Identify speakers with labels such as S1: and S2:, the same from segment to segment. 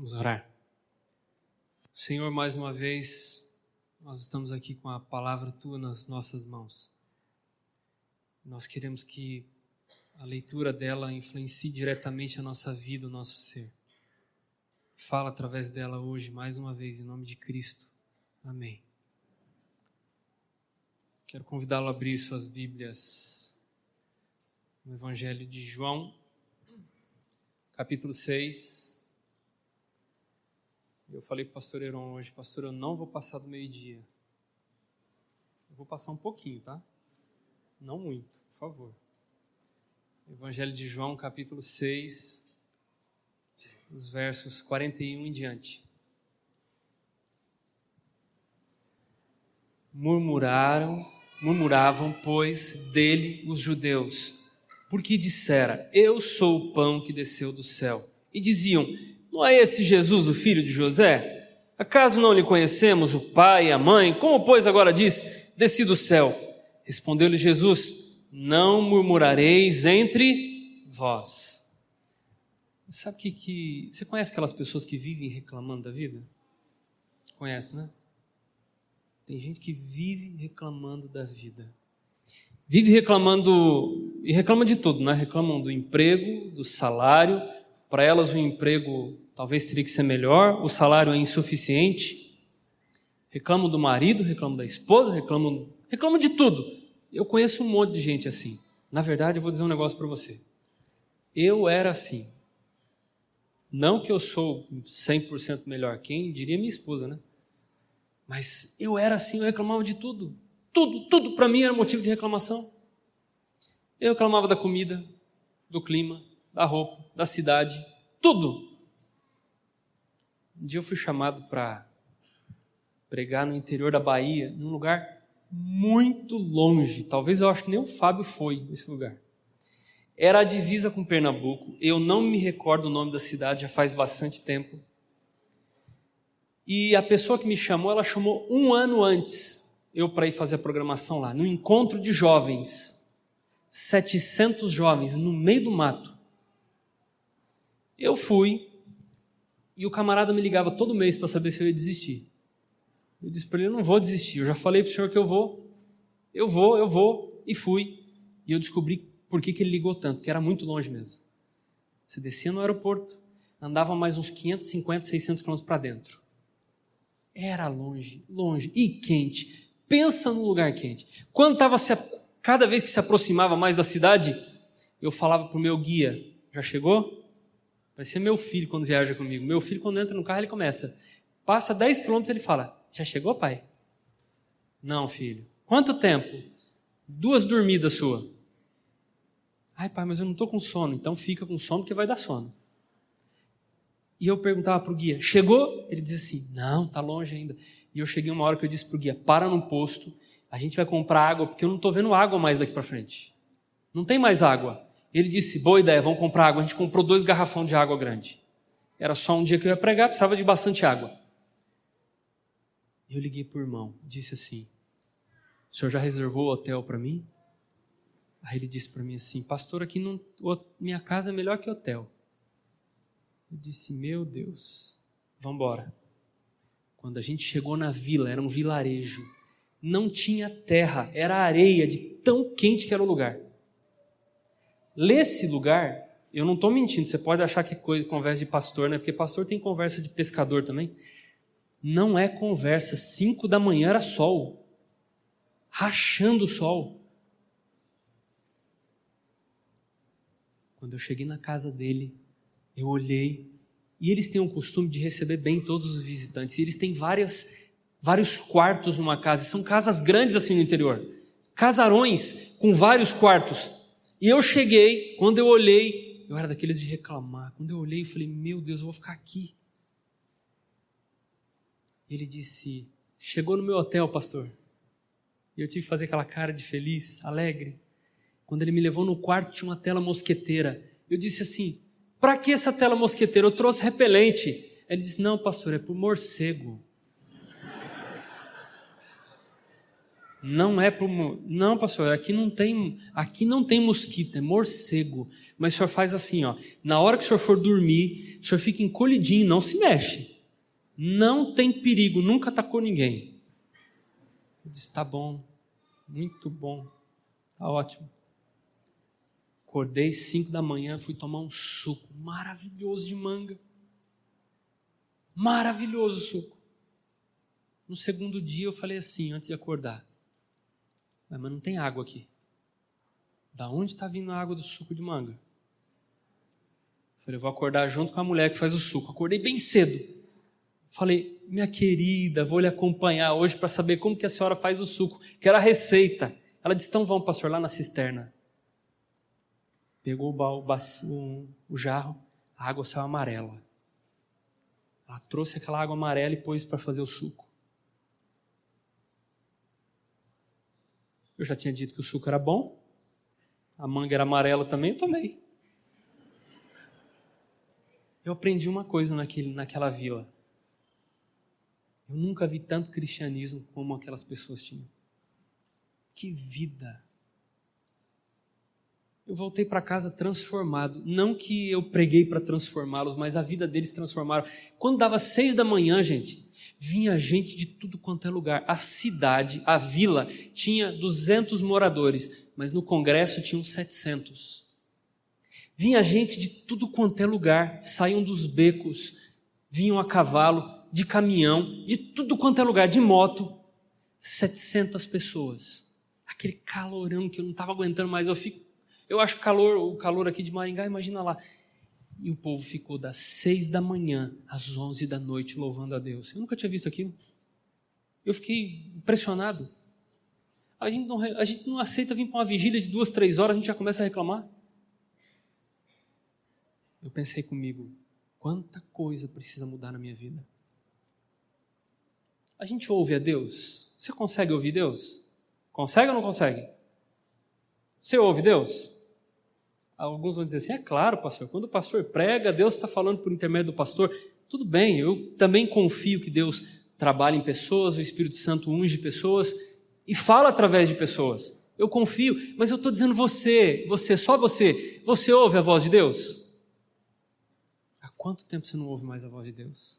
S1: Vamos orar. Senhor, mais uma vez, nós estamos aqui com a palavra Tua nas nossas mãos. Nós queremos que a leitura dela influencie diretamente a nossa vida, o nosso ser. Fala através dela hoje, mais uma vez, em nome de Cristo. Amém. Quero convidá-lo a abrir suas Bíblias no Evangelho de João, capítulo 6. Eu falei para o pastor Heron hoje, pastor, eu não vou passar do meio-dia. Eu vou passar um pouquinho, tá? Não muito, por favor. Evangelho de João, capítulo 6, os versos 41 em diante. Murmuravam, pois, dele os judeus, porque dissera, eu sou o pão que desceu do céu. E diziam, não é esse Jesus, o filho de José? Acaso não lhe conhecemos o pai e a mãe? Como, pois, agora diz, desci do céu? Respondeu-lhe Jesus, não murmurareis entre vós. Sabe que você conhece aquelas pessoas que vivem reclamando da vida? Conhece, né? Tem gente que vive reclamando da vida. Vive reclamando, e reclama de tudo, né? Reclamam do emprego, do salário. Para elas o emprego talvez teria que ser melhor, o salário é insuficiente. Reclamam do marido, reclamam da esposa, reclamam de tudo. Eu conheço um monte de gente assim. Na verdade, eu vou dizer um negócio para você. Eu era assim. Não que eu sou 100% melhor, quem diria minha esposa, né? Mas eu era assim, eu reclamava de tudo. Tudo para mim era motivo de reclamação. Eu reclamava da comida, do clima, da roupa, da cidade, tudo. Um dia eu fui chamado para pregar no interior da Bahia, num lugar muito longe. Talvez eu acho que nem o Fábio foi nesse lugar. Era a divisa com Pernambuco. Eu não me recordo o nome da cidade, já faz bastante tempo. E a pessoa que me chamou, ela chamou um ano antes eu para ir fazer a programação lá, no encontro de jovens. 700 jovens no meio do mato. Eu fui e o camarada me ligava todo mês para saber se eu ia desistir. Eu disse para ele, eu não vou desistir. Eu já falei para o senhor que eu vou, e fui. E eu descobri por que ele ligou tanto, porque era muito longe mesmo. Você descia no aeroporto, andava mais uns 550, 600 quilômetros para dentro. Era longe, e quente. Pensa num lugar quente. Cada vez que se aproximava mais da cidade, eu falava para o meu guia, já chegou? Vai ser meu filho quando viaja comigo. Meu filho, quando entra no carro, ele começa. Passa 10 quilômetros, ele fala, já chegou, pai? Não, filho. Quanto tempo? 2 dormidas sua. Ai, pai, mas eu não estou com sono. Então fica com sono, porque vai dar sono. E eu perguntava para o guia, chegou? Ele dizia assim, não, está longe ainda. E eu cheguei uma hora que eu disse para o guia, para num posto, a gente vai comprar água, porque eu não estou vendo água mais daqui para frente. Não tem mais água. Ele disse, boa ideia, vamos comprar água. A gente comprou 2 garrafões de água grande. Era só um dia que eu ia pregar, precisava de bastante água. Eu liguei para o irmão, disse assim, o senhor já reservou o hotel para mim? Aí ele disse para mim assim, pastor, aqui minha casa é melhor que hotel. Eu disse, meu Deus, vamos embora. Quando a gente chegou na vila, era um vilarejo, não tinha terra, era areia de tão quente que era o lugar. Nesse lugar, eu não estou mentindo, você pode achar que é conversa de pastor, né? Porque pastor tem conversa de pescador também. Não é conversa, 5 da manhã era sol, rachando o sol. Quando eu cheguei na casa dele, eu olhei, e eles têm o costume de receber bem todos os visitantes, e eles têm vários quartos numa casa, são casas grandes assim no interior, casarões com vários quartos. E eu cheguei, quando eu olhei, eu era daqueles de reclamar, quando eu olhei, eu falei, meu Deus, eu vou ficar aqui. Ele disse, chegou no meu hotel, pastor. E eu tive que fazer aquela cara de feliz, alegre. Quando ele me levou no quarto, tinha uma tela mosqueteira. Eu disse assim, para que essa tela mosqueteira? Eu trouxe repelente. Ele disse, não, pastor, é por morcego. Não é para não, pastor, aqui não tem mosquito, é morcego. Mas o senhor faz assim, ó, na hora que o senhor for dormir, o senhor fica encolhidinho, não se mexe. Não tem perigo, nunca atacou ninguém. Eu disse, tá bom, muito bom, tá ótimo. Acordei 5 da manhã, fui tomar um suco maravilhoso de manga. Maravilhoso o suco. No segundo dia eu falei assim, antes de acordar, mas não tem água aqui. Da onde está vindo a água do suco de manga? Eu falei, eu vou acordar junto com a mulher que faz o suco. Acordei bem cedo. Falei, minha querida, vou lhe acompanhar hoje para saber como que a senhora faz o suco. Quero a receita. Ela disse, então vamos, pastor, lá na cisterna. Pegou o jarro, a água saiu amarela. Ela trouxe aquela água amarela e pôs para fazer o suco. Eu já tinha dito que o suco era bom, a manga era amarela também, eu tomei. Eu aprendi uma coisa naquela vila. Eu nunca vi tanto cristianismo como aquelas pessoas tinham. Que vida! Eu voltei para casa transformado. Não que eu preguei para transformá-los, mas a vida deles transformaram. Quando dava 6 da manhã, gente, vinha gente de tudo quanto é lugar. A cidade, a vila, tinha 200 moradores, mas no congresso tinham 700. Vinha gente de tudo quanto é lugar, saíam dos becos, vinham a cavalo, de caminhão, de tudo quanto é lugar, de moto. 700 pessoas. Aquele calorão que eu não estava aguentando mais. Eu acho o calor aqui de Maringá, imagina lá. E o povo ficou das 6 da manhã às 11 da noite louvando a Deus. Eu nunca tinha visto aquilo. Eu fiquei impressionado. A gente não aceita vir para uma vigília de 2, 3 horas, a gente já começa a reclamar. Eu pensei comigo, quanta coisa precisa mudar na minha vida. A gente ouve a Deus? Você consegue ouvir Deus? Consegue ou não consegue? Você ouve Deus? Alguns vão dizer assim, é claro, pastor, quando o pastor prega, Deus está falando por intermédio do pastor. Tudo bem, eu também confio que Deus trabalha em pessoas, o Espírito Santo unge pessoas e fala através de pessoas. Eu confio, mas eu estou dizendo só você ouve a voz de Deus? Há quanto tempo você não ouve mais a voz de Deus?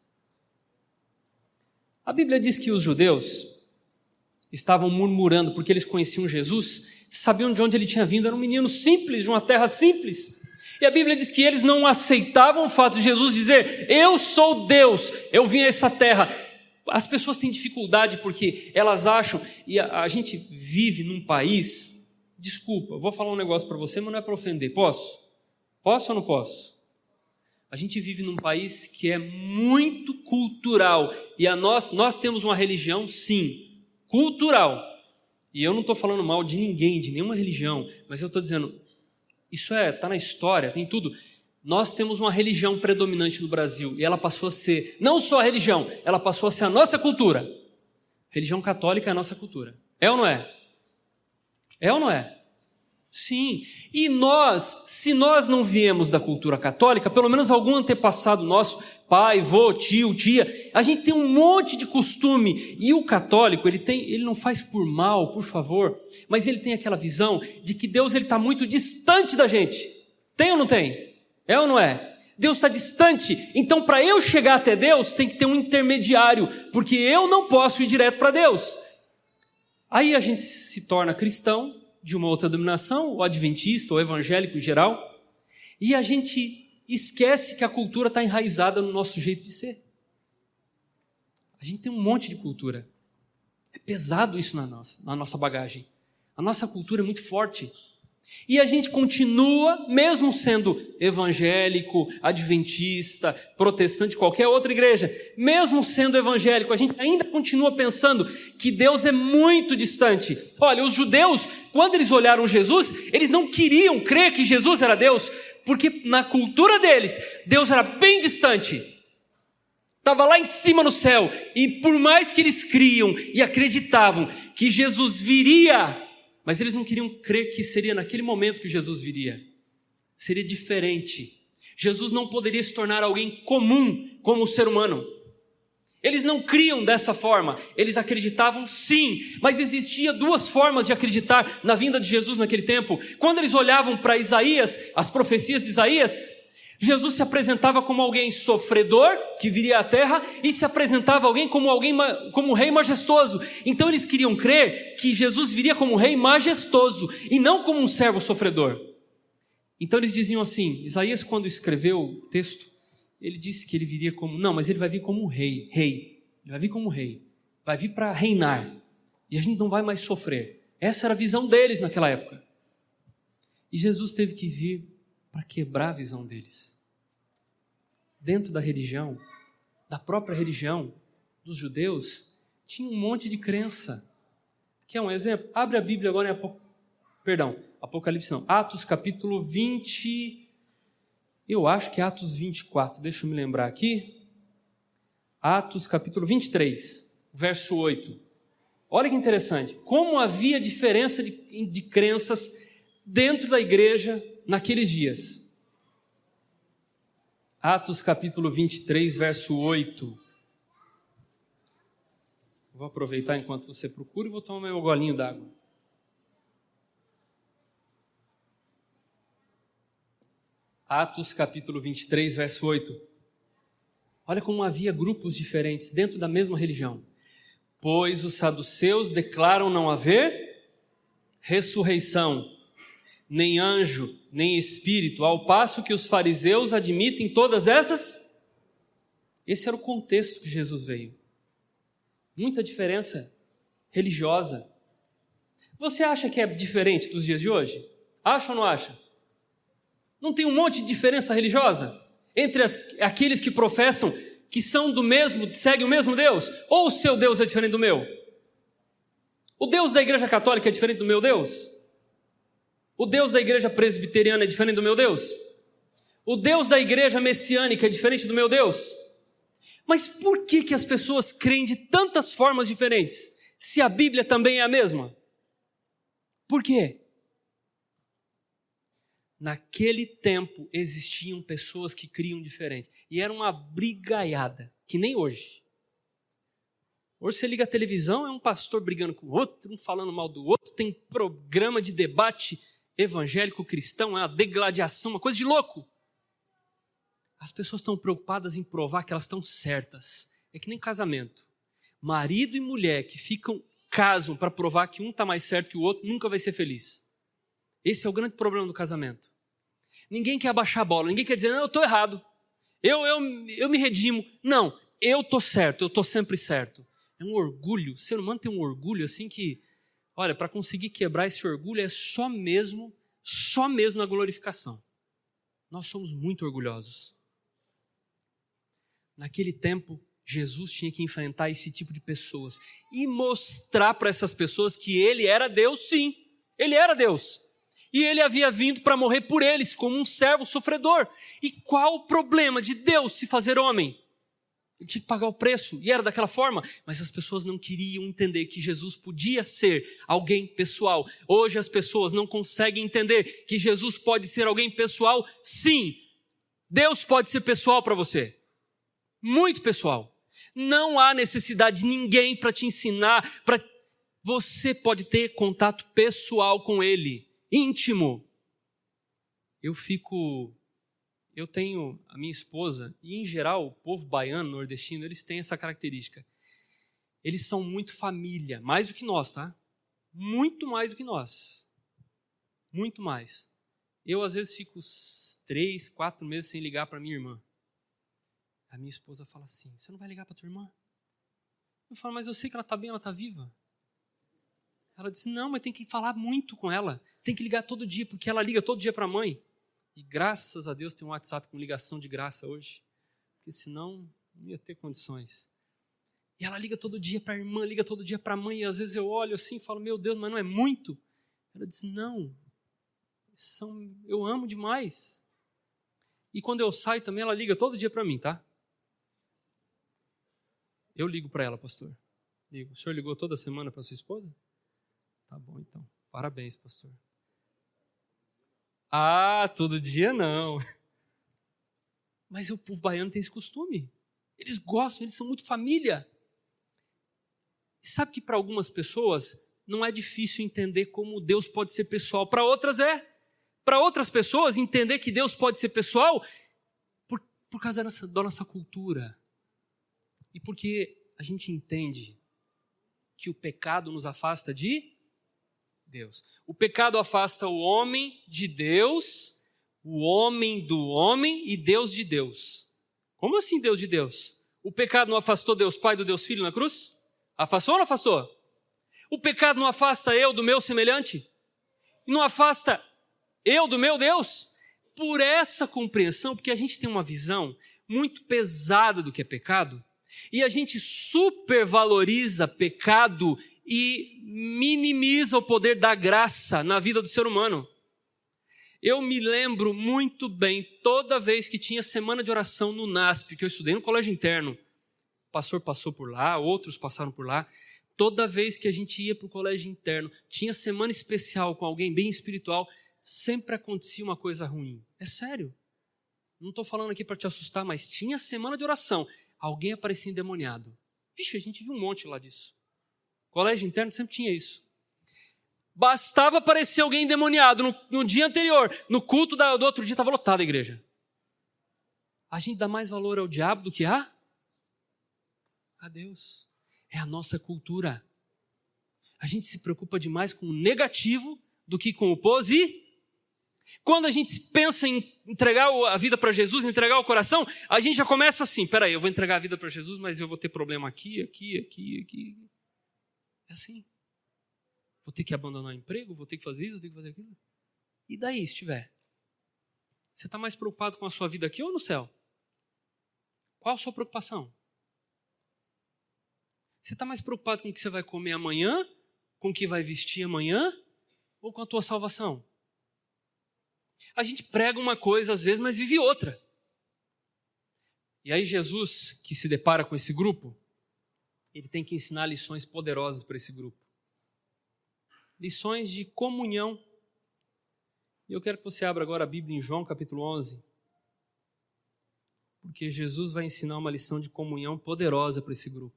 S1: A Bíblia diz que os judeus estavam murmurando porque eles conheciam Jesus, sabiam de onde ele tinha vindo, era um menino simples, de uma terra simples. E a Bíblia diz que eles não aceitavam o fato de Jesus dizer, eu sou Deus, eu vim a essa terra. As pessoas têm dificuldade porque elas acham, e a gente vive num país, desculpa, eu vou falar um negócio para você, mas não é para ofender, posso? Posso ou não posso? A gente vive num país que é muito cultural, e nós temos uma religião, sim, cultural. E eu não estou falando mal de ninguém, de nenhuma religião, mas eu estou dizendo, isso está na história, tem tudo. Nós temos uma religião predominante no Brasil, e ela passou a ser, não só a religião, ela passou a ser a nossa cultura. A religião católica é a nossa cultura. É ou não é? É ou não é? Sim. E se nós não viemos da cultura católica, pelo menos algum antepassado nosso, pai, vô, tio, tia, a gente tem um monte de costume. E o católico, ele não faz por mal, por favor, mas ele tem aquela visão de que Deus está muito distante da gente. Tem ou não tem? É ou não é? Deus está distante, então para eu chegar até Deus tem que ter um intermediário, porque eu não posso ir direto para Deus. Aí a gente se torna cristão, de uma outra denominação, o adventista, o evangélico em geral, e a gente esquece que a cultura está enraizada no nosso jeito de ser. A gente tem um monte de cultura. É pesado isso na nossa bagagem. A nossa cultura é muito forte. E a gente continua, mesmo sendo evangélico, adventista, protestante, qualquer outra igreja, mesmo sendo evangélico, a gente ainda continua pensando que Deus é muito distante. Olha, os judeus, quando eles olharam Jesus, eles não queriam crer que Jesus era Deus, porque na cultura deles, Deus era bem distante. Estava lá em cima no céu, e por mais que eles criam e acreditavam que Jesus viria, mas eles não queriam crer que seria naquele momento que Jesus viria. Seria diferente. Jesus não poderia se tornar alguém comum como o ser humano. Eles não criam dessa forma, eles acreditavam sim, mas existia duas formas de acreditar na vinda de Jesus naquele tempo. Quando eles olhavam para Isaías, as profecias de Isaías, Jesus se apresentava como alguém sofredor, que viria à terra, e se apresentava alguém como um rei majestoso. Então eles queriam crer que Jesus viria como um rei majestoso, e não como um servo sofredor. Então eles diziam assim, Isaías quando escreveu o texto, ele disse que ele viria como, não, mas ele vai vir como um rei, ele vai vir como um rei, vai vir para reinar, e a gente não vai mais sofrer. Essa era a visão deles naquela época. E Jesus teve que vir para quebrar a visão deles. Dentro da religião, da própria religião dos judeus, tinha um monte de crença. Quer um exemplo? Abre a Bíblia agora em Apocalipse não, Atos capítulo 20, eu acho que é Atos 24, deixa eu me lembrar aqui. Atos capítulo 23, verso 8. Olha que interessante, como havia diferença de crenças dentro da igreja naqueles dias. Atos capítulo 23, verso 8. Vou aproveitar enquanto você procura e vou tomar meu golinho d'água. Atos capítulo 23, verso 8. Olha como havia grupos diferentes dentro da mesma religião. Pois os saduceus declaram não haver ressurreição, nem anjo, nem espírito, ao passo que os fariseus admitem todas essas. Esse era o contexto que Jesus veio. Muita diferença religiosa. Você acha que é diferente dos dias de hoje? Acha ou não acha? Não tem um monte de diferença religiosa entre aqueles que professam que são do mesmo, seguem o mesmo Deus? Ou o seu Deus é diferente do meu? O Deus da Igreja Católica é diferente do meu Deus? O Deus da Igreja Presbiteriana é diferente do meu Deus? O Deus da Igreja Messiânica é diferente do meu Deus? Mas por que as pessoas creem de tantas formas diferentes, se a Bíblia também é a mesma? Por quê? Naquele tempo existiam pessoas que criam diferente. E era uma brigaiada, que nem hoje. Hoje você liga a televisão, é um pastor brigando com o outro, um falando mal do outro, tem programa de debate evangélico cristão, é uma degladiação, uma coisa de louco. As pessoas estão preocupadas em provar que elas estão certas. É que nem casamento. Marido e mulher que casam para provar que um está mais certo que o outro, nunca vai ser feliz. Esse é o grande problema do casamento. Ninguém quer abaixar a bola, ninguém quer dizer, não, eu estou errado, eu me redimo. Não, eu estou certo, eu estou sempre certo. É um orgulho, o ser humano tem um orgulho assim que, olha, para conseguir quebrar esse orgulho é só mesmo na glorificação. Nós somos muito orgulhosos. Naquele tempo, Jesus tinha que enfrentar esse tipo de pessoas e mostrar para essas pessoas que ele era Deus, sim, ele era Deus. E ele havia vindo para morrer por eles, como um servo sofredor. E qual o problema de Deus se fazer homem? Ele tinha que pagar o preço, e era daquela forma. Mas as pessoas não queriam entender que Jesus podia ser alguém pessoal. Hoje as pessoas não conseguem entender que Jesus pode ser alguém pessoal. Sim, Deus pode ser pessoal para você. Muito pessoal. Não há necessidade de ninguém para te ensinar. Você pode ter contato pessoal com Ele. Íntimo. Eu tenho a minha esposa, e em geral o povo baiano, nordestino, eles têm essa característica. Eles são muito família, mais do que nós, tá? Muito mais do que nós. Muito mais. Eu às vezes fico 3, 4 meses sem ligar para minha irmã. A minha esposa fala assim, você não vai ligar para tua irmã? Eu falo, mas eu sei que ela está bem, ela está viva. Ela disse, não, mas tem que falar muito com ela. Tem que ligar todo dia, porque ela liga todo dia para a mãe. E graças a Deus tem um WhatsApp com ligação de graça hoje. Porque senão não ia ter condições. E ela liga todo dia para a irmã, liga todo dia para a mãe. E às vezes eu olho assim e falo, meu Deus, mas não é muito? Ela disse, não. Eu amo demais. E quando eu saio também, ela liga todo dia para mim, tá? Eu ligo para ela, pastor. Ligo. O senhor ligou toda semana para sua esposa? Tá bom, então. Parabéns, pastor. Ah, todo dia não. Mas o povo baiano tem esse costume. Eles gostam, eles são muito família. E sabe que para algumas pessoas não é difícil entender como Deus pode ser pessoal. Para outras é. Para outras pessoas, entender que Deus pode ser pessoal por causa da nossa cultura. E porque a gente entende que o pecado nos afasta de Deus. O pecado afasta o homem de Deus, o homem do homem e Deus de Deus. Como assim Deus de Deus? O pecado não afastou Deus Pai do Deus Filho na cruz? Afastou ou não afastou? O pecado não afasta eu do meu semelhante? Não afasta eu do meu Deus? Por essa compreensão, porque a gente tem uma visão muito pesada do que é pecado, e a gente supervaloriza pecado e minimiza o poder da graça na vida do ser humano. Eu me lembro muito bem, toda vez que tinha semana de oração no NASP, que eu estudei no colégio interno, o pastor passou por lá, outros passaram por lá, toda vez que a gente ia para o colégio interno, tinha semana especial com alguém bem espiritual, sempre acontecia uma coisa ruim. É sério. Não estou falando aqui para te assustar, mas tinha semana de oração. Alguém aparecia endemoniado. Vixe, a gente viu um monte lá disso. Colégio interno sempre tinha isso. Bastava aparecer alguém endemoniado no dia anterior. No culto do outro dia estava lotada a igreja. A gente dá mais valor ao diabo do que a Deus. É a nossa cultura. A gente se preocupa demais com o negativo do que com o positivo. Quando a gente pensa em entregar a vida para Jesus, entregar o coração, a gente já começa assim, peraí, eu vou entregar a vida para Jesus, mas eu vou ter problema aqui. É assim. Vou ter que abandonar o emprego, vou ter que fazer isso, vou ter que fazer aquilo. E daí, se tiver? Você está mais preocupado com a sua vida aqui ou no céu? Qual a sua preocupação? Você está mais preocupado com o que você vai comer amanhã, com o que vai vestir amanhã, ou com a tua salvação? A gente prega uma coisa às vezes, mas vive outra. E aí Jesus, que se depara com esse grupo, ele tem que ensinar lições poderosas para esse grupo. Lições de comunhão. E eu quero que você abra agora a Bíblia em João capítulo 11. Porque Jesus vai ensinar uma lição de comunhão poderosa para esse grupo.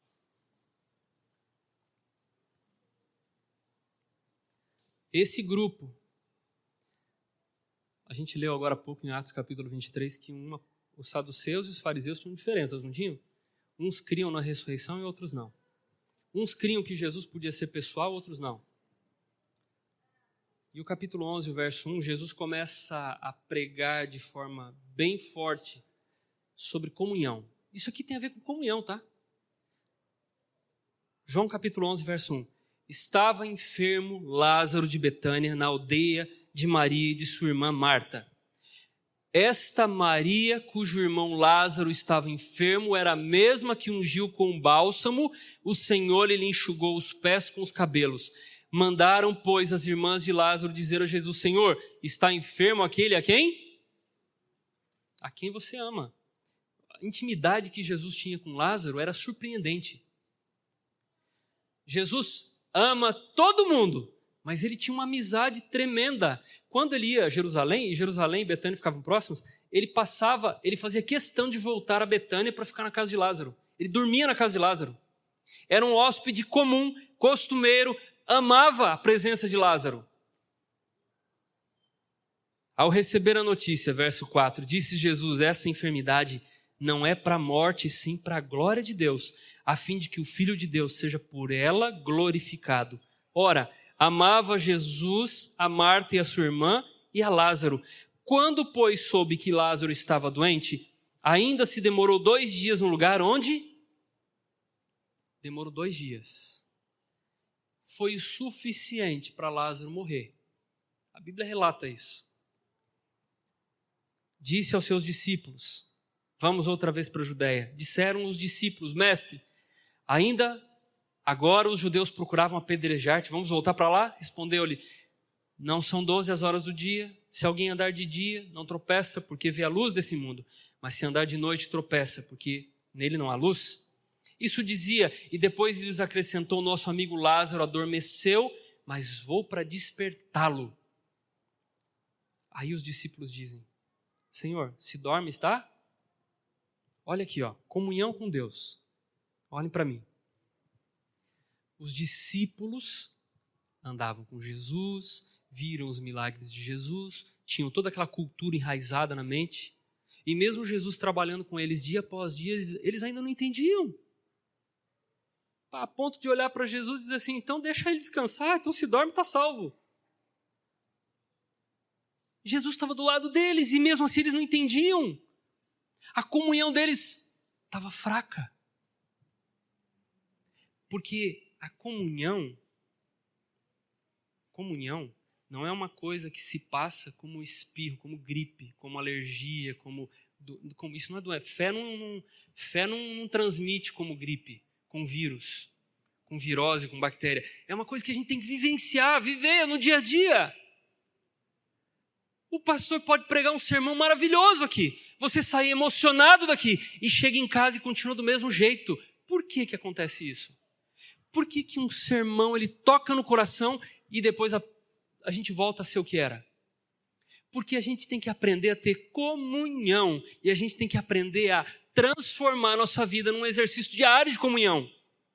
S1: Esse grupo, a gente leu agora há pouco em Atos capítulo 23 que os saduceus e os fariseus tinham diferenças, não tinham? Uns criam na ressurreição e outros não. Uns criam que Jesus podia ser pessoal, outros não. E o capítulo 11, o verso 1, Jesus começa a pregar de forma bem forte sobre comunhão. Isso aqui tem a ver com comunhão, tá? João capítulo 11, verso 1. Estava enfermo Lázaro de Betânia, na aldeia de Maria e de sua irmã Marta. Esta Maria, cujo irmão Lázaro estava enfermo, era a mesma que ungiu com bálsamo o Senhor e lhe enxugou os pés com os cabelos. Mandaram, pois, as irmãs de Lázaro dizer a Jesus: Senhor, está enfermo aquele a quem? A quem você ama. A intimidade que Jesus tinha com Lázaro era surpreendente. Jesus ama todo mundo, mas ele tinha uma amizade tremenda. Quando ele ia a Jerusalém, e Jerusalém e Betânia ficavam próximos, ele fazia questão de voltar a Betânia para ficar na casa de Lázaro. Ele dormia na casa de Lázaro. Era um hóspede comum, costumeiro, amava a presença de Lázaro. Ao receber a notícia, verso 4, disse Jesus: essa enfermidade não é para a morte, sim para a glória de Deus, a fim de que o Filho de Deus seja por ela glorificado. Ora, amava Jesus a Marta e a sua irmã e a Lázaro. Quando, pois, soube que Lázaro estava doente, ainda se demorou 2 dias no lugar onde? Demorou 2 dias. Foi o suficiente para Lázaro morrer. A Bíblia relata isso. Disse aos seus discípulos: vamos outra vez para a Judéia. Disseram os discípulos: mestre, ainda agora os judeus procuravam apedrejar-te, vamos voltar para lá? Respondeu-lhe: não são 12 as horas do dia. Se alguém andar de dia, não tropeça, porque vê a luz desse mundo. Mas se andar de noite, tropeça, porque nele não há luz. Isso dizia, e depois lhes acrescentou: nosso amigo Lázaro adormeceu, mas vou para despertá-lo. Aí os discípulos dizem: Senhor, se dorme, está Olha aqui, ó, comunhão com Deus. Olhem para mim. Os discípulos andavam com Jesus, viram os milagres de Jesus, tinham toda aquela cultura enraizada na mente, e mesmo Jesus trabalhando com eles dia após dia, eles ainda não entendiam. A ponto de olhar para Jesus e dizer assim, então deixa ele descansar, então se dorme está salvo. Jesus estava do lado deles e mesmo assim eles não entendiam. A comunhão deles estava fraca. Porque a comunhão não é uma coisa que se passa como espirro, como gripe, como alergia, como isso não é doença. Fé não transmite como gripe, com vírus, com virose, com bactéria. É uma coisa que a gente tem que vivenciar, viver no dia a dia. O pastor pode pregar um sermão maravilhoso aqui, você sair emocionado daqui e chega em casa e continua do mesmo jeito. Por que acontece isso? Por que um sermão ele toca no coração e depois a gente volta a ser o que era? Porque a gente tem que aprender a ter comunhão e a gente tem que aprender a transformar a nossa vida num exercício diário de comunhão.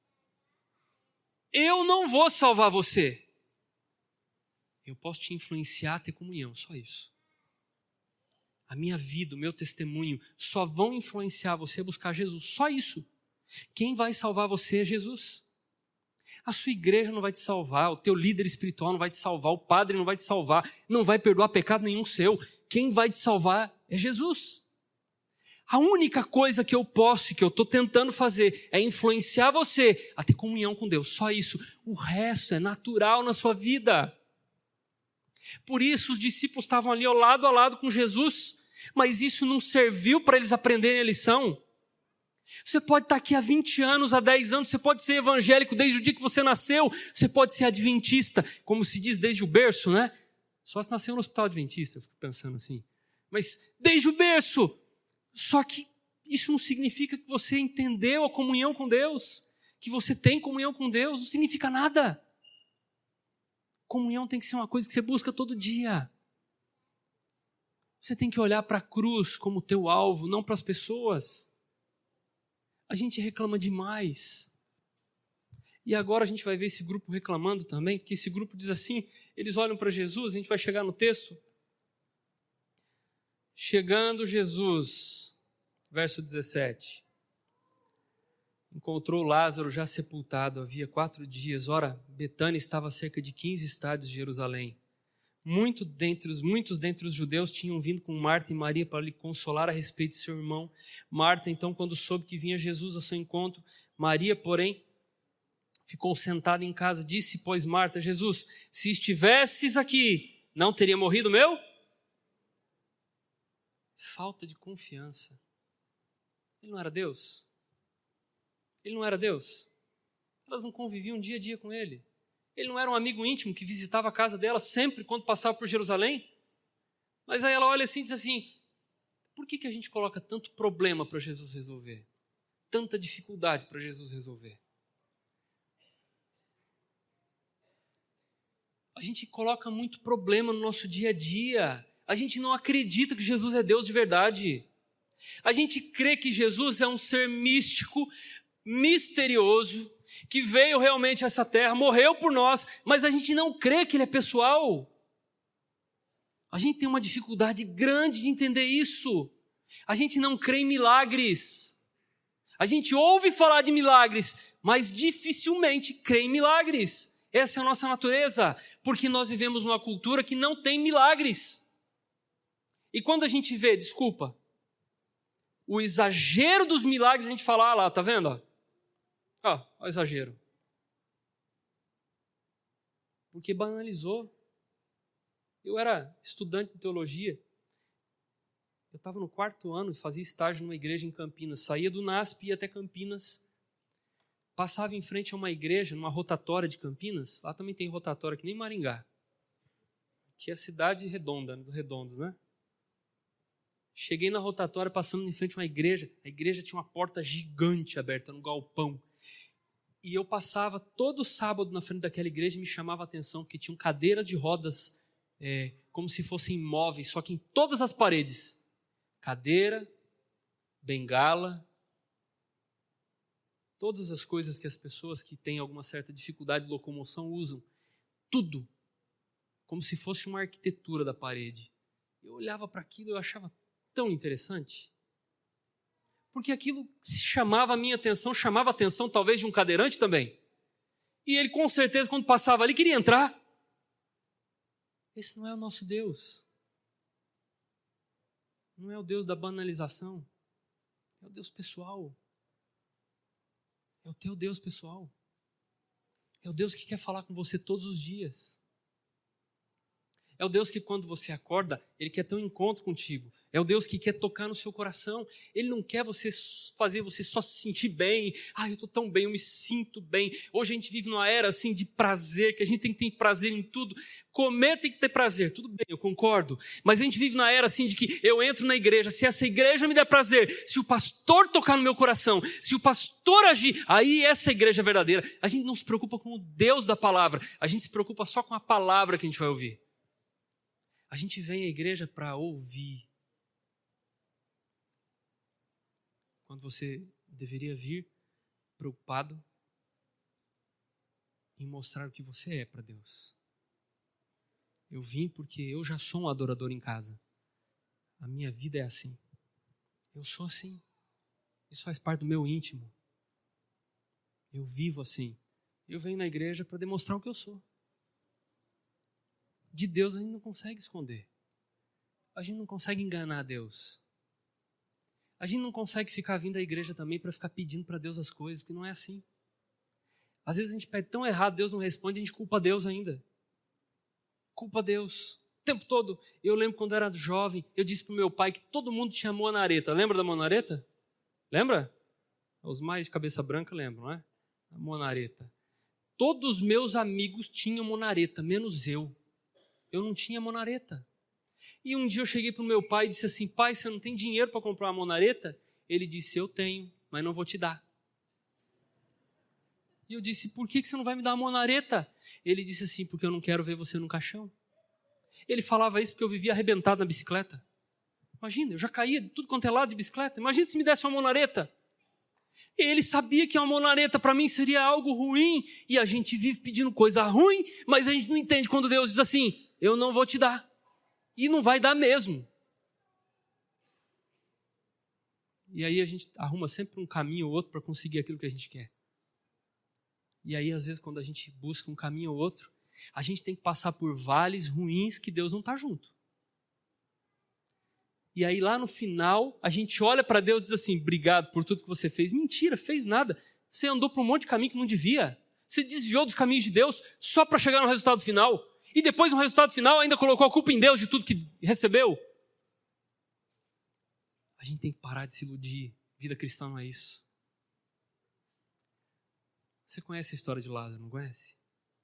S1: Eu não vou salvar você. Eu posso te influenciar a ter comunhão, só isso. A minha vida, o meu testemunho só vão influenciar você a buscar Jesus, só isso. Quem vai salvar você é Jesus. A sua igreja não vai te salvar, o teu líder espiritual não vai te salvar, o padre não vai te salvar, não vai perdoar pecado nenhum seu. Quem vai te salvar é Jesus. A única coisa que eu posso e que eu estou tentando fazer é influenciar você a ter comunhão com Deus, só isso. O resto é natural na sua vida. Por isso os discípulos estavam ali ao lado com Jesus, mas isso não serviu para eles aprenderem a lição. Você pode estar aqui há 20 anos, há 10 anos, você pode ser evangélico desde o dia que você nasceu, você pode ser adventista, como se diz desde o berço, né? Só se nasceu no hospital adventista, eu fico pensando assim. Mas desde o berço. Só que isso não significa que você entendeu a comunhão com Deus, que você tem comunhão com Deus, não significa nada. Comunhão tem que ser uma coisa que você busca todo dia. Você tem que olhar para a cruz como teu alvo, não para as pessoas. A gente reclama demais. E agora a gente vai ver esse grupo reclamando também, porque esse grupo diz assim, eles olham para Jesus, a gente vai chegar no texto. Chegando Jesus, verso 17. Encontrou Lázaro já sepultado, havia 4 dias. Ora, Betânia estava a cerca de 15 estádios de Jerusalém. Muitos dentre os judeus tinham vindo com Marta e Maria para lhe consolar a respeito de seu irmão. Marta, então, quando soube que vinha Jesus ao seu encontro, Maria, porém, ficou sentada em casa. Disse, pois, Marta, Jesus, se estivesses aqui, não teria morrido meu? Falta de confiança. Ele não era Deus? Ele não era Deus? Elas não conviviam dia a dia com ele? Ele não era um amigo íntimo que visitava a casa dela sempre quando passava por Jerusalém? Mas aí ela olha assim e diz assim, por que a gente coloca tanto problema para Jesus resolver? Tanta dificuldade para Jesus resolver? A gente coloca muito problema no nosso dia a dia. A gente não acredita que Jesus é Deus de verdade. A gente crê que Jesus é um ser místico, misterioso, que veio realmente a essa terra, morreu por nós, mas a gente não crê que ele é pessoal. A gente tem uma dificuldade grande de entender isso. A gente não crê em milagres. A gente ouve falar de milagres, mas dificilmente crê em milagres. Essa é a nossa natureza, porque nós vivemos numa cultura que não tem milagres. E quando a gente vê, o exagero dos milagres, a gente fala, lá, tá vendo? Olha o exagero. Porque banalizou. Eu era estudante de teologia. Eu estava no 4º ano e fazia estágio numa igreja em Campinas. Saía do NASP e ia até Campinas. Passava em frente a uma igreja, numa rotatória de Campinas. Lá também tem rotatória, que nem Maringá. Que é a cidade redonda, do Redondos, né? Cheguei na rotatória, passando em frente a uma igreja. A igreja tinha uma porta gigante aberta no galpão. E eu passava todo sábado na frente daquela igreja e me chamava a atenção que tinham cadeiras de rodas como se fossem móveis, só que em todas as paredes. Cadeira, bengala, todas as coisas que as pessoas que têm alguma certa dificuldade de locomoção usam, tudo, como se fosse uma arquitetura da parede. Eu olhava para aquilo e eu achava tão interessante, porque aquilo chamava a minha atenção, chamava a atenção talvez de um cadeirante também. E ele com certeza quando passava ali queria entrar. Esse não é o nosso Deus. Não é o Deus da banalização. É o Deus pessoal. É o teu Deus pessoal. É o Deus que quer falar com você todos os dias. É o Deus que quando você acorda, Ele quer ter um encontro contigo. É o Deus que quer tocar no seu coração. Ele não quer fazer você só se sentir bem. Eu estou tão bem, eu me sinto bem. Hoje a gente vive numa era assim de prazer, que a gente tem que ter prazer em tudo. Comer tem que ter prazer, tudo bem, eu concordo. Mas a gente vive na era assim de que eu entro na igreja, se essa igreja me der prazer, se o pastor tocar no meu coração, se o pastor agir, aí essa igreja é verdadeira. A gente não se preocupa com o Deus da palavra, a gente se preocupa só com a palavra que a gente vai ouvir. A gente vem à igreja para ouvir. Quando você deveria vir preocupado em mostrar o que você é para Deus. Eu vim porque eu já sou um adorador em casa. A minha vida é assim. Eu sou assim. Isso faz parte do meu íntimo. Eu vivo assim. Eu venho na igreja para demonstrar o que eu sou. De Deus a gente não consegue esconder. A gente não consegue enganar Deus. A gente não consegue ficar vindo à igreja também para ficar pedindo para Deus as coisas, porque não é assim. Às vezes a gente pede tão errado, Deus não responde, a gente culpa Deus ainda. Culpa Deus. O tempo todo. Eu lembro quando eu era jovem, eu disse para o meu pai que todo mundo tinha monareta. Lembra da monareta? Lembra? Os mais de cabeça branca lembram, não é? A monareta. Todos os meus amigos tinham monareta, menos eu. Eu não tinha monareta. E um dia eu cheguei para o meu pai e disse assim: pai, você não tem dinheiro para comprar uma monareta? Ele disse: eu tenho, mas não vou te dar. E eu disse: por que você não vai me dar uma monareta? Ele disse assim: porque eu não quero ver você no caixão. Ele falava isso porque eu vivia arrebentado na bicicleta. Imagina, eu já caía de tudo quanto é lado de bicicleta. Imagina se me desse uma monareta. Ele sabia que uma monareta para mim seria algo ruim. E a gente vive pedindo coisa ruim, mas a gente não entende quando Deus diz assim: eu não vou te dar. E não vai dar mesmo. E aí a gente arruma sempre um caminho ou outro para conseguir aquilo que a gente quer. E aí, às vezes, quando a gente busca um caminho ou outro, a gente tem que passar por vales ruins que Deus não está junto. E aí, lá no final, a gente olha para Deus e diz assim: obrigado por tudo que você fez. Mentira, fez nada. Você andou por um monte de caminho que não devia. Você desviou dos caminhos de Deus só para chegar no resultado final. E depois, no resultado final, ainda colocou a culpa em Deus de tudo que recebeu. A gente tem que parar de se iludir. Vida cristã não é isso. Você conhece a história de Lázaro, não conhece?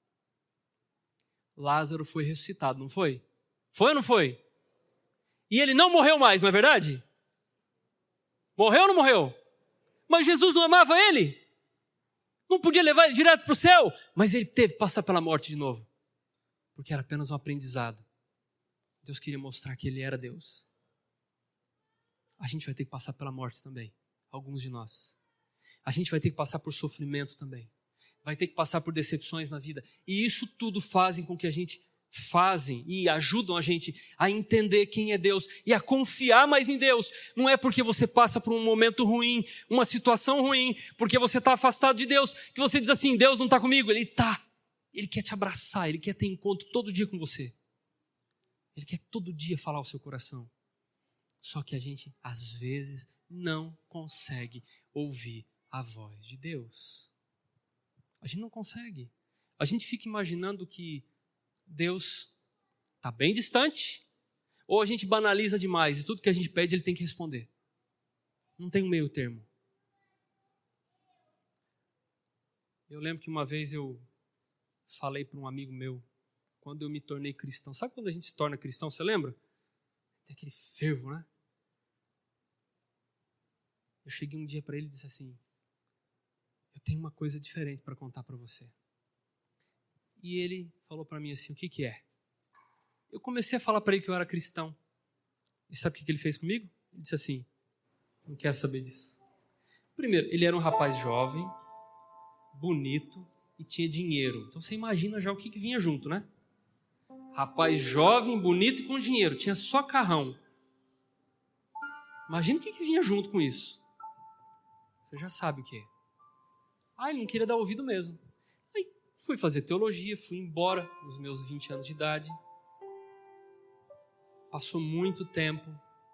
S1: Lázaro foi ressuscitado, não foi? Foi ou não foi? E ele não morreu mais, não é verdade? Morreu ou não morreu? Mas Jesus não amava ele. Não podia levar ele direto para o céu. Mas ele teve que passar pela morte de novo. Porque era apenas um aprendizado. Deus queria mostrar que Ele era Deus. A gente vai ter que passar pela morte também. Alguns de nós. A gente vai ter que passar por sofrimento também. Vai ter que passar por decepções na vida. E isso tudo fazem e ajudam a gente a entender quem é Deus e a confiar mais em Deus. Não é porque você passa por um momento ruim, uma situação ruim, porque você está afastado de Deus, que você diz assim: Deus não está comigo. Ele está. Ele quer te abraçar, Ele quer ter encontro todo dia com você. Ele quer todo dia falar ao seu coração. Só que a gente, às vezes, não consegue ouvir a voz de Deus. A gente não consegue. A gente fica imaginando que Deus está bem distante, ou a gente banaliza demais e tudo que a gente pede Ele tem que responder. Não tem um meio termo. Eu lembro que uma vez eu falei para um amigo meu, quando eu me tornei cristão. Sabe quando a gente se torna cristão, você lembra? Tem aquele fervo, né? Eu cheguei um dia para ele e disse assim: eu tenho uma coisa diferente para contar para você. E ele falou para mim assim: o que é? Eu comecei a falar para ele que eu era cristão. E sabe o que ele fez comigo? Ele disse assim: Não quero saber disso. Primeiro, ele era um rapaz jovem, bonito e tinha dinheiro. Então você imagina já o que vinha junto, né? Rapaz jovem, bonito e com dinheiro. Tinha só carrão. Imagina o que vinha junto com isso. Você já sabe o que é. Ele não queria dar ouvido mesmo. Aí fui fazer teologia, fui embora nos meus 20 anos de idade. Passou muito tempo.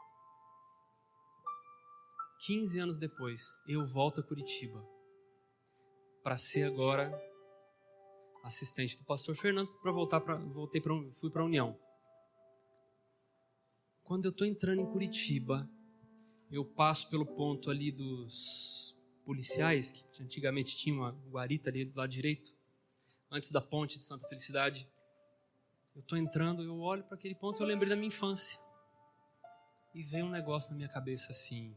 S1: 15 anos depois, eu volto a Curitiba para ser agora assistente do pastor Fernando, fui para a União. Quando eu estou entrando em Curitiba, eu passo pelo ponto ali dos policiais, que antigamente tinha uma guarita ali do lado direito, antes da ponte de Santa Felicidade. Eu estou entrando, eu olho para aquele ponto e eu lembrei da minha infância. E veio um negócio na minha cabeça assim: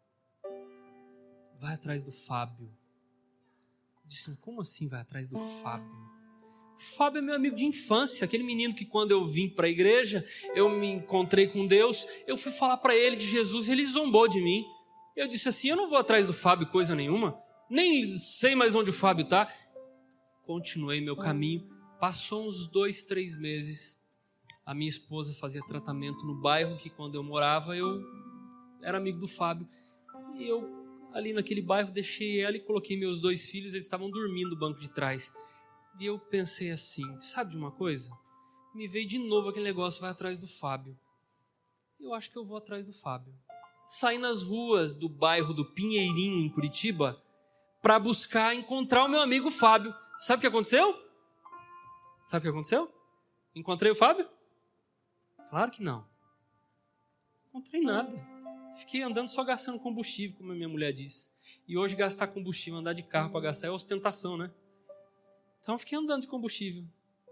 S1: vai atrás do Fábio. Eu disse, como assim vai atrás do Fábio? O Fábio é meu amigo de infância, aquele menino que quando eu vim para a igreja, eu me encontrei com Deus, eu fui falar para ele de Jesus e ele zombou de mim. Eu disse assim, eu não vou atrás do Fábio coisa nenhuma, nem sei mais onde o Fábio está. Continuei meu caminho, passou uns 2, 3 meses, a minha esposa fazia tratamento no bairro que quando eu morava, eu era amigo do Fábio, e eu ali naquele bairro deixei ela e coloquei meus 2 filhos, eles estavam dormindo no banco de trás. E eu pensei assim, sabe de uma coisa? Me veio de novo aquele negócio, vai atrás do Fábio. Eu acho que eu vou atrás do Fábio. Saí nas ruas do bairro do Pinheirinho, em Curitiba, para buscar encontrar o meu amigo Fábio. Sabe o que aconteceu? Sabe o que aconteceu? Encontrei o Fábio? Claro que não. Não encontrei nada. Fiquei andando só gastando combustível, como a minha mulher disse. E hoje gastar combustível, andar de carro para gastar é ostentação, né? Então eu fiquei andando de combustível.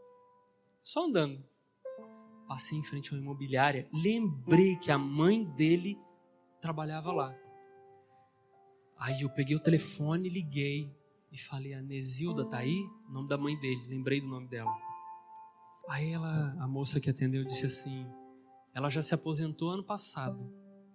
S1: Só andando. Passei em frente a uma imobiliária. Lembrei que a mãe dele trabalhava lá. Aí eu peguei o telefone, liguei e falei, a Nesilda tá aí? O nome da mãe dele. Lembrei do nome dela. Aí a moça que atendeu disse assim, ela já se aposentou ano passado.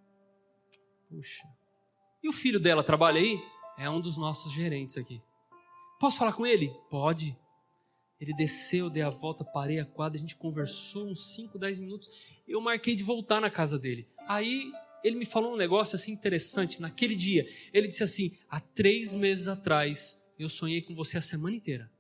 S1: Puxa. E o filho dela trabalha aí? É um dos nossos gerentes aqui. Posso falar com ele? Pode. Ele desceu, dei a volta, parei a quadra, a gente conversou uns 5, 10 minutos. Eu marquei de voltar na casa dele. Aí ele me falou um negócio assim interessante. Naquele dia, ele disse assim, há 3 meses atrás, eu sonhei com você a semana inteira.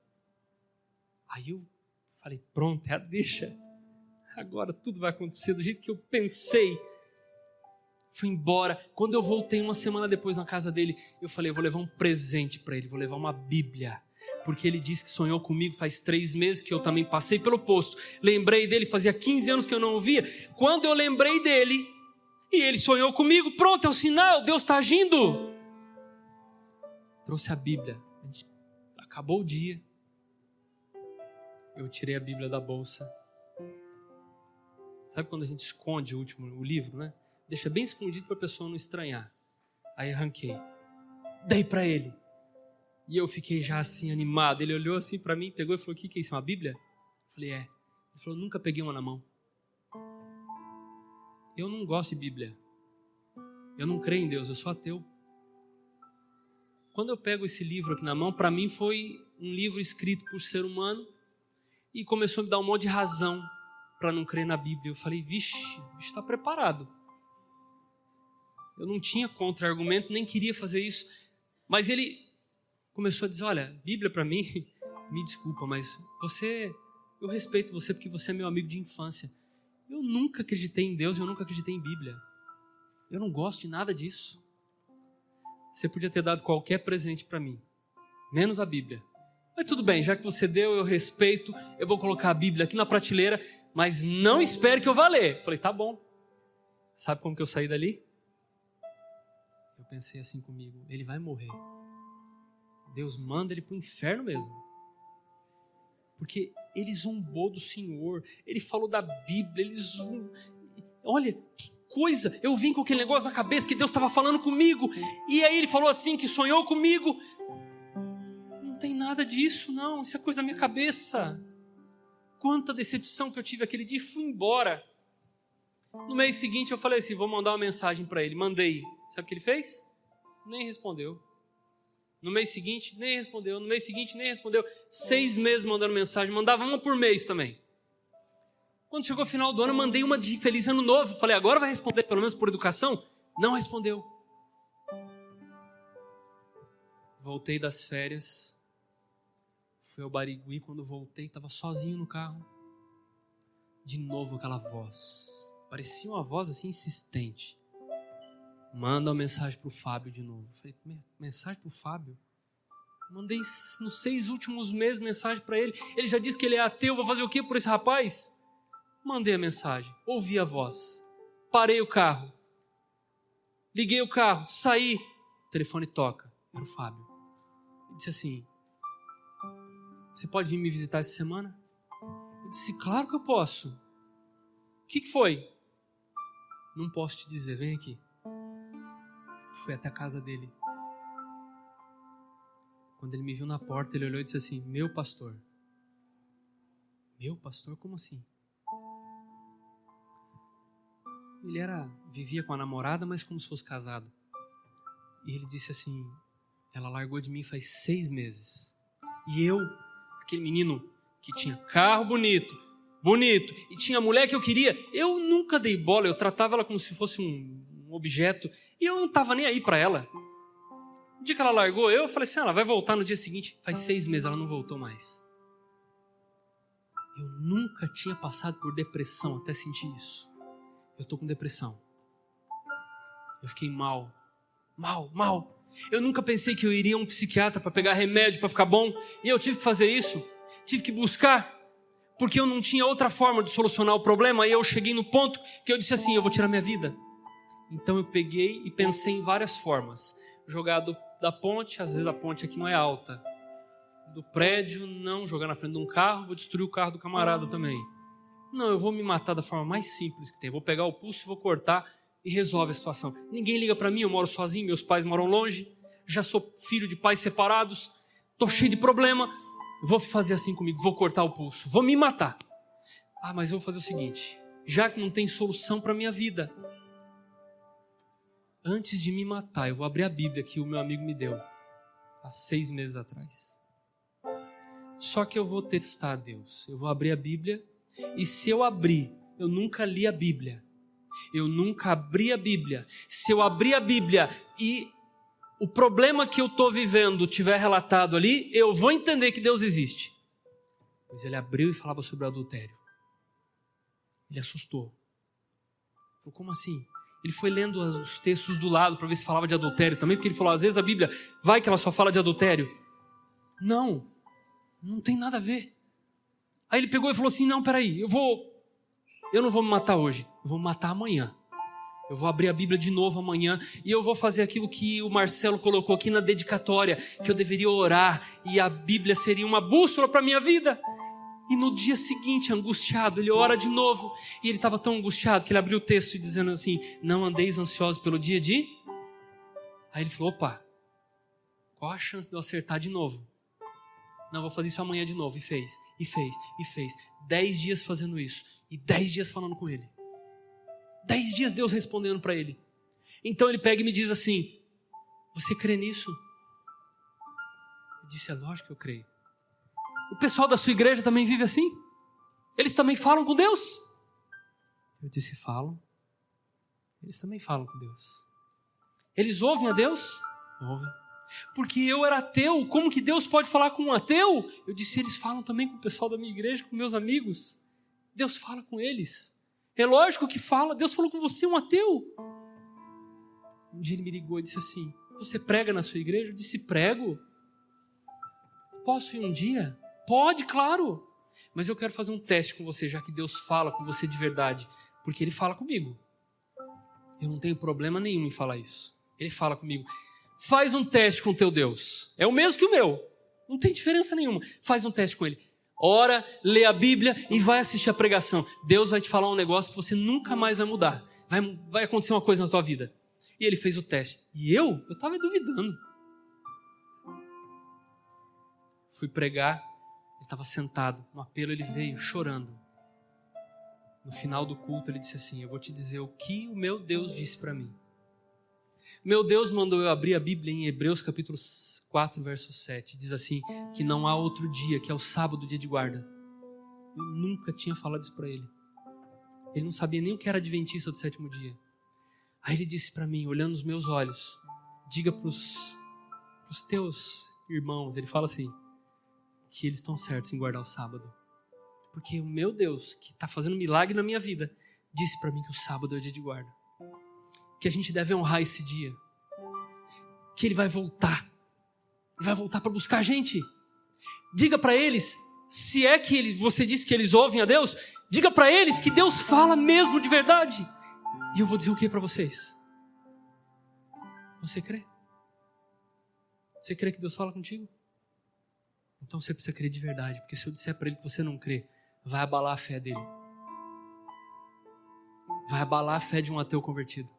S1: Aí eu falei, pronto, é a deixa. Agora tudo vai acontecer do jeito que eu pensei. Fui embora. Quando eu voltei 1 semana depois na casa dele, eu falei, eu vou levar um presente para ele, vou levar uma Bíblia. Porque ele disse que sonhou comigo faz 3 meses, que eu também passei pelo posto. Lembrei dele, fazia 15 anos que eu não o via. Quando eu lembrei dele, e ele sonhou comigo, pronto, é um sinal, Deus está agindo. Trouxe a Bíblia. Acabou o dia. Eu tirei a Bíblia da bolsa. Sabe quando a gente esconde o livro, né? Deixa bem escondido para a pessoa não estranhar. Aí arranquei. Dei para ele. E eu fiquei já assim animado. Ele olhou assim para mim, pegou e falou, o que é isso, uma Bíblia? Eu falei, é. Ele falou, nunca peguei uma na mão. Eu não gosto de Bíblia. Eu não creio em Deus, eu sou ateu. Quando eu pego esse livro aqui na mão, para mim foi um livro escrito por ser humano e começou a me dar um monte de razão para não crer na Bíblia. Eu falei, vixe, o bicho está preparado. Eu não tinha contra-argumento, nem queria fazer isso. Mas ele começou a dizer, olha, Bíblia para mim, me desculpa, mas eu respeito você porque você é meu amigo de infância. Eu nunca acreditei em Deus, eu nunca acreditei em Bíblia. Eu não gosto de nada disso. Você podia ter dado qualquer presente para mim, menos a Bíblia. Mas tudo bem, já que você deu, eu respeito, eu vou colocar a Bíblia aqui na prateleira, mas não espere que eu vá ler. Falei, tá bom. Sabe como que eu saí dali? Eu pensei assim comigo, ele vai morrer. Deus manda ele para o inferno mesmo. Porque ele zombou do Senhor, ele falou da Bíblia, olha, que coisa, eu vim com aquele negócio na cabeça que Deus estava falando comigo, e aí ele falou assim, que sonhou comigo. Não tem nada disso não, isso é coisa da minha cabeça. Quanta decepção que eu tive aquele dia e fui embora. No mês seguinte eu falei assim, vou mandar uma mensagem para ele, mandei. Sabe o que ele fez? Nem respondeu. No mês seguinte, nem respondeu. No mês seguinte, nem respondeu. 6 meses mandando mensagem. Mandava uma por mês também. Quando chegou o final do ano, eu mandei uma de Feliz Ano Novo. Falei, agora vai responder, pelo menos por educação? Não respondeu. Voltei das férias. Fui ao Barigui. Quando voltei, estava sozinho no carro. De novo aquela voz. Parecia uma voz assim insistente. Manda uma mensagem para o Fábio de novo. Falei, mensagem para o Fábio? Mandei nos 6 últimos meses mensagem para ele. Ele já disse que ele é ateu. Vou fazer o quê por esse rapaz? Mandei a mensagem. Ouvi a voz. Parei o carro. Liguei o carro. Saí. O telefone toca. Era o Fábio. Ele disse assim, você pode vir me visitar essa semana? Eu disse, claro que eu posso. O que foi? Não posso te dizer, vem aqui. Fui até a casa dele. Quando ele me viu na porta, ele olhou e disse assim, meu pastor. Meu pastor? Como assim? Ele vivia com a namorada, mas como se fosse casado. E ele disse assim, ela largou de mim faz 6 meses. E eu, aquele menino que tinha carro bonito, e tinha a mulher que eu queria, eu nunca dei bola, eu tratava ela como se fosse um objeto, e eu não estava nem aí para ela. No dia que ela largou, eu falei assim, ela vai voltar no dia seguinte. Faz 6 meses, ela não voltou mais. Eu nunca tinha passado por depressão até sentir isso. Eu estou com depressão. Eu fiquei mal. Eu nunca pensei que eu iria a um psiquiatra para pegar remédio, para ficar bom. E eu tive que fazer isso. Tive que buscar. Porque eu não tinha outra forma de solucionar o problema. E eu cheguei no ponto que eu disse assim, eu vou tirar minha vida. Então eu peguei e pensei em várias formas. Jogar da ponte, às vezes a ponte aqui não é alta. Do prédio, não. Jogar na frente de um carro, vou destruir o carro do camarada também. Não, eu vou me matar da forma mais simples que tem. Vou pegar o pulso, vou cortar e resolve a situação. Ninguém liga para mim, eu moro sozinho, meus pais moram longe. Já sou filho de pais separados. Estou cheio de problema. Vou fazer assim comigo, vou cortar o pulso. Vou me matar. Mas eu vou fazer o seguinte. Já que não tem solução para a minha vida, antes de me matar, eu vou abrir a Bíblia que o meu amigo me deu. Há 6 meses atrás. Só que eu vou testar Deus. Eu vou abrir a Bíblia. E se eu abrir, eu nunca li a Bíblia. Eu nunca abri a Bíblia. Se eu abrir a Bíblia e o problema que eu estou vivendo tiver relatado ali, eu vou entender que Deus existe. Pois ele abriu e falava sobre o adultério. Ele assustou. Falou, como assim? Ele foi lendo os textos do lado para ver se falava de adultério também, porque ele falou, às vezes a Bíblia, vai que ela só fala de adultério. Não tem nada a ver. Aí ele pegou e falou assim, não, peraí, eu não vou me matar hoje, eu vou me matar amanhã. Eu vou abrir a Bíblia de novo amanhã e eu vou fazer aquilo que o Marcelo colocou aqui na dedicatória, que eu deveria orar e a Bíblia seria uma bússola para a minha vida. E no dia seguinte, angustiado, ele ora de novo. E ele estava tão angustiado que ele abriu o texto dizendo assim, não andeis ansiosos pelo dia de... Aí ele falou, opa, qual a chance de eu acertar de novo? Não, vou fazer isso amanhã de novo. E fez. 10 dias fazendo isso. E 10 dias falando com ele. 10 dias Deus respondendo para ele. Então ele pega e me diz assim, você crê nisso? Eu disse, é lógico que eu creio. O pessoal da sua igreja também vive assim? Eles também falam com Deus? Eu disse, falam. Eles também falam com Deus. Eles ouvem a Deus? Ouvem. Porque eu era ateu, como que Deus pode falar com um ateu? Eu disse, eles falam também com o pessoal da minha igreja, com meus amigos. Deus fala com eles. É lógico que fala, Deus falou com você, um ateu. Um dia ele me ligou e disse assim, você prega na sua igreja? Eu disse, prego. Posso ir um dia? Pode, claro. Mas eu quero fazer um teste com você, já que Deus fala com você de verdade. Porque Ele fala comigo. Eu não tenho problema nenhum em falar isso. Ele fala comigo. Faz um teste com o teu Deus. É o mesmo que o meu. Não tem diferença nenhuma. Faz um teste com Ele. Ora, lê a Bíblia e vai assistir a pregação. Deus vai te falar um negócio que você nunca mais vai mudar. Vai acontecer uma coisa na tua vida. E ele fez o teste. E eu estava duvidando. Fui pregar, ele estava sentado. No apelo ele veio chorando. No final do culto ele disse assim, eu vou te dizer o que o meu Deus disse para mim. Meu Deus mandou eu abrir a Bíblia em Hebreus capítulo 4, verso 7. Diz assim, que não há outro dia, que é o sábado, dia de guarda. Eu nunca tinha falado isso para ele. Ele não sabia nem o que era adventista do sétimo dia. Aí ele disse para mim, olhando nos meus olhos, diga para os teus irmãos, ele fala assim, que eles estão certos em guardar o sábado. Porque o meu Deus, que está fazendo milagre na minha vida, disse para mim que o sábado é o dia de guarda. Que a gente deve honrar esse dia. Que ele vai voltar. Ele vai voltar para buscar a gente. Diga para eles, se é que você disse que eles ouvem a Deus, diga para eles que Deus fala mesmo de verdade. E eu vou dizer o que para vocês? Você crê? Você crê que Deus fala contigo? Então você precisa crer de verdade, porque se eu disser para ele que você não crê, vai abalar a fé dele. Vai abalar a fé de um ateu convertido.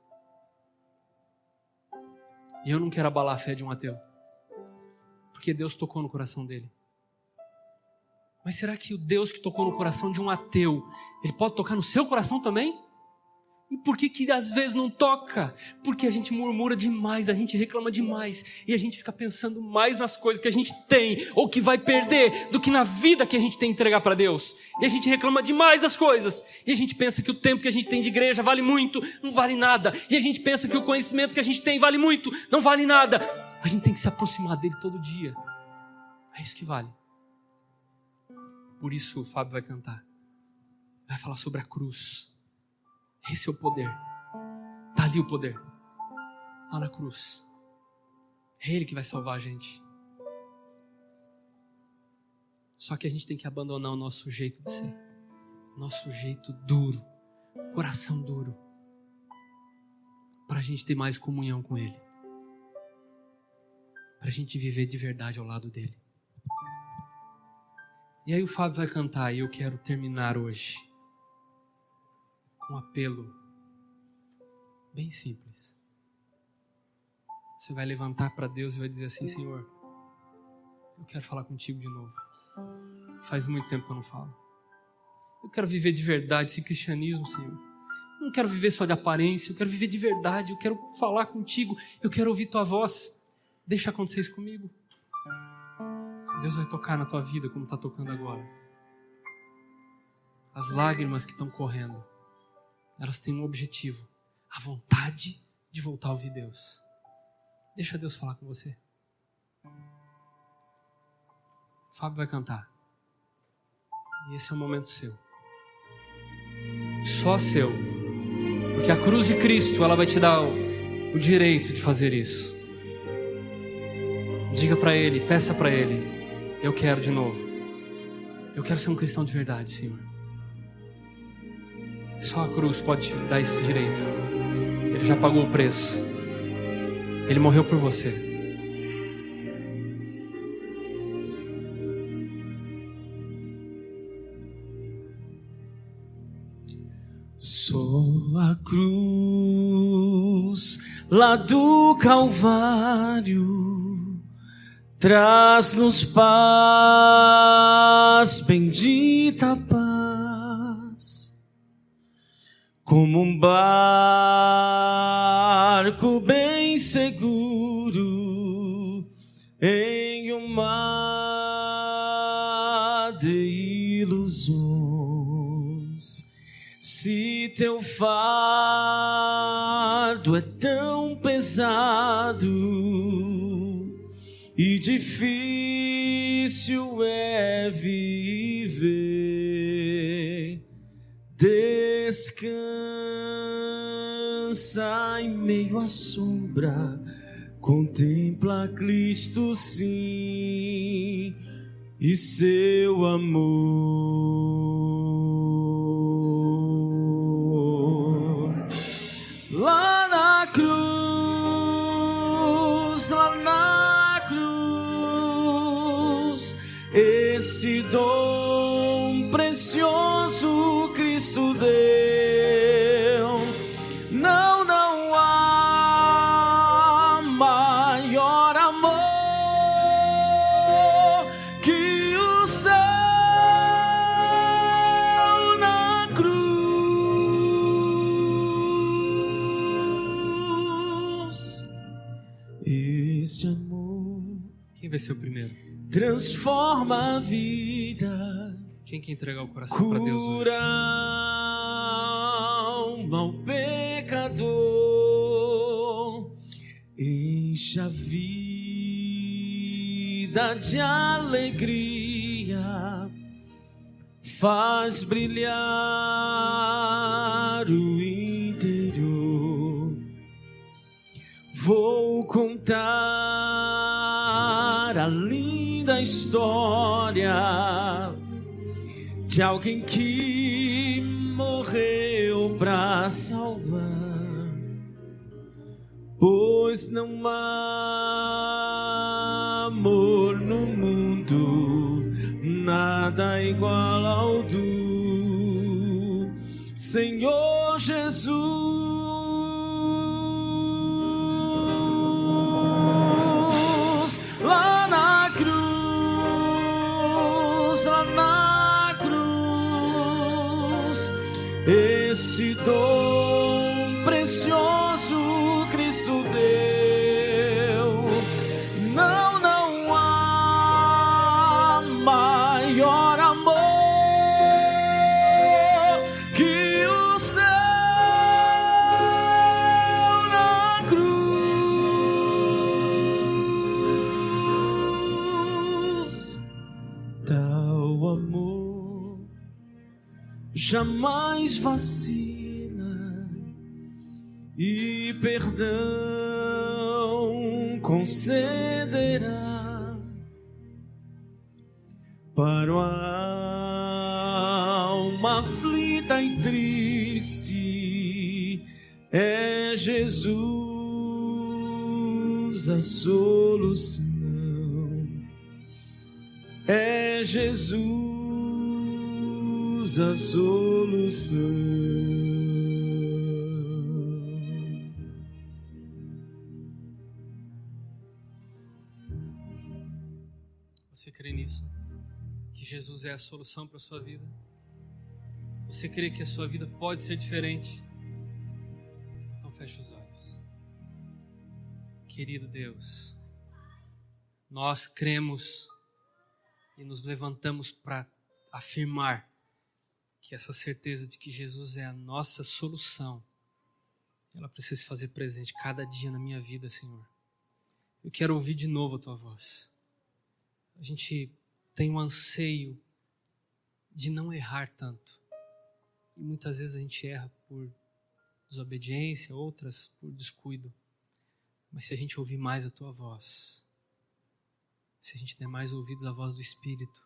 S1: E eu não quero abalar a fé de um ateu, porque Deus tocou no coração dele. Mas será que o Deus que tocou no coração de um ateu, ele pode tocar no seu coração também? E por que às vezes não toca? Porque a gente murmura demais, a gente reclama demais, e a gente fica pensando mais nas coisas que a gente tem, ou que vai perder, do que na vida que a gente tem que entregar para Deus. E a gente reclama demais das coisas, e a gente pensa que o tempo que a gente tem de igreja vale muito, não vale nada. E a gente pensa que o conhecimento que a gente tem vale muito, não vale nada. A gente tem que se aproximar dele todo dia. É isso que vale. Por isso o Fábio vai cantar. Vai falar sobre a cruz. Esse é o poder. Está ali o poder. Está na cruz. É Ele que vai salvar a gente. Só que a gente tem que abandonar o nosso jeito de ser. Nosso jeito duro. Coração duro. Para a gente ter mais comunhão com Ele. Para a gente viver de verdade ao lado dEle. E aí o Fábio vai cantar e eu quero terminar hoje um apelo bem simples. Você vai levantar para Deus e vai dizer assim, Senhor, eu quero falar contigo de novo. Faz muito tempo que eu não falo. Eu quero viver de verdade esse cristianismo, Senhor. Eu não quero viver só de aparência, eu quero viver de verdade, eu quero falar contigo, eu quero ouvir tua voz. Deixa acontecer isso comigo. Deus vai tocar na tua vida como está tocando agora. As lágrimas que estão correndo, elas têm um objetivo, a vontade de voltar a ouvir Deus. Deixa Deus falar com você. O Fábio vai cantar. E esse é o momento seu. Só seu. Porque a cruz de Cristo, ela vai te dar o direito de fazer isso. Diga para Ele, peça para Ele. Eu quero de novo. Eu quero ser um cristão de verdade, Senhor. Só a cruz pode te dar esse direito. Ele já pagou o preço. Ele morreu por você.
S2: Só a cruz lá do Calvário traz-nos paz, bendita paz. Como um barco bem seguro em um mar de ilusões. Se teu fardo é tão pesado e difícil é viver, descansa em meio à sombra, contempla Cristo sim e seu amor. Lá na cruz, esse dom precioso Cristo deu. Não há maior amor que o céu na cruz.
S1: Quem vai ser o primeiro?
S2: transforma a vida,
S1: Quem quer entregar o coração para Deus hoje?
S2: cura alma ao pecador, enche a vida de alegria, faz brilhar o interior. Vou contar a linda história de alguém que morreu pra salvar, pois não há amor no mundo, nada igual ao do Senhor Jesus. Lá na cruz, este dom precioso Cristo deu. Não há maior amor que o céu na cruz. Tal amor jamais vacila e perdão concederá para a alma aflita e triste. É Jesus a solução, é Jesus a solução.
S1: Você crê nisso? Que Jesus é a solução para a sua vida? Você crê que a sua vida pode ser diferente? Então feche os olhos. Querido Deus, nós cremos e nos levantamos para afirmar que essa certeza de que Jesus é a nossa solução, ela precisa se fazer presente cada dia na minha vida, Senhor. Eu quero ouvir de novo a Tua voz. A gente tem um anseio de não errar tanto. E muitas vezes a gente erra por desobediência, outras por descuido. Mas se a gente ouvir mais a Tua voz, se a gente der mais ouvidos à voz do Espírito,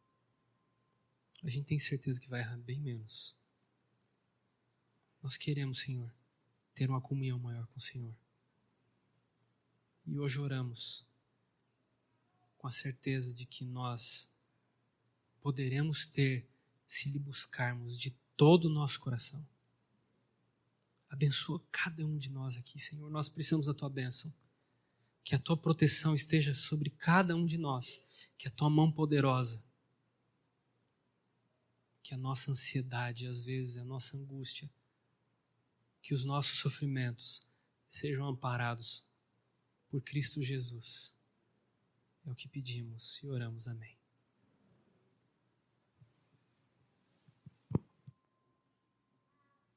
S1: a gente tem certeza que vai errar bem menos. Nós queremos, Senhor, ter uma comunhão maior com o Senhor. E hoje oramos com a certeza de que nós poderemos ter se lhe buscarmos de todo o nosso coração. Abençoa cada um de nós aqui, Senhor. Nós precisamos da Tua bênção. Que a Tua proteção esteja sobre cada um de nós. Que a Tua mão poderosa, que a nossa ansiedade, às vezes, a nossa angústia, que os nossos sofrimentos sejam amparados por Cristo Jesus. É o que pedimos e oramos. Amém.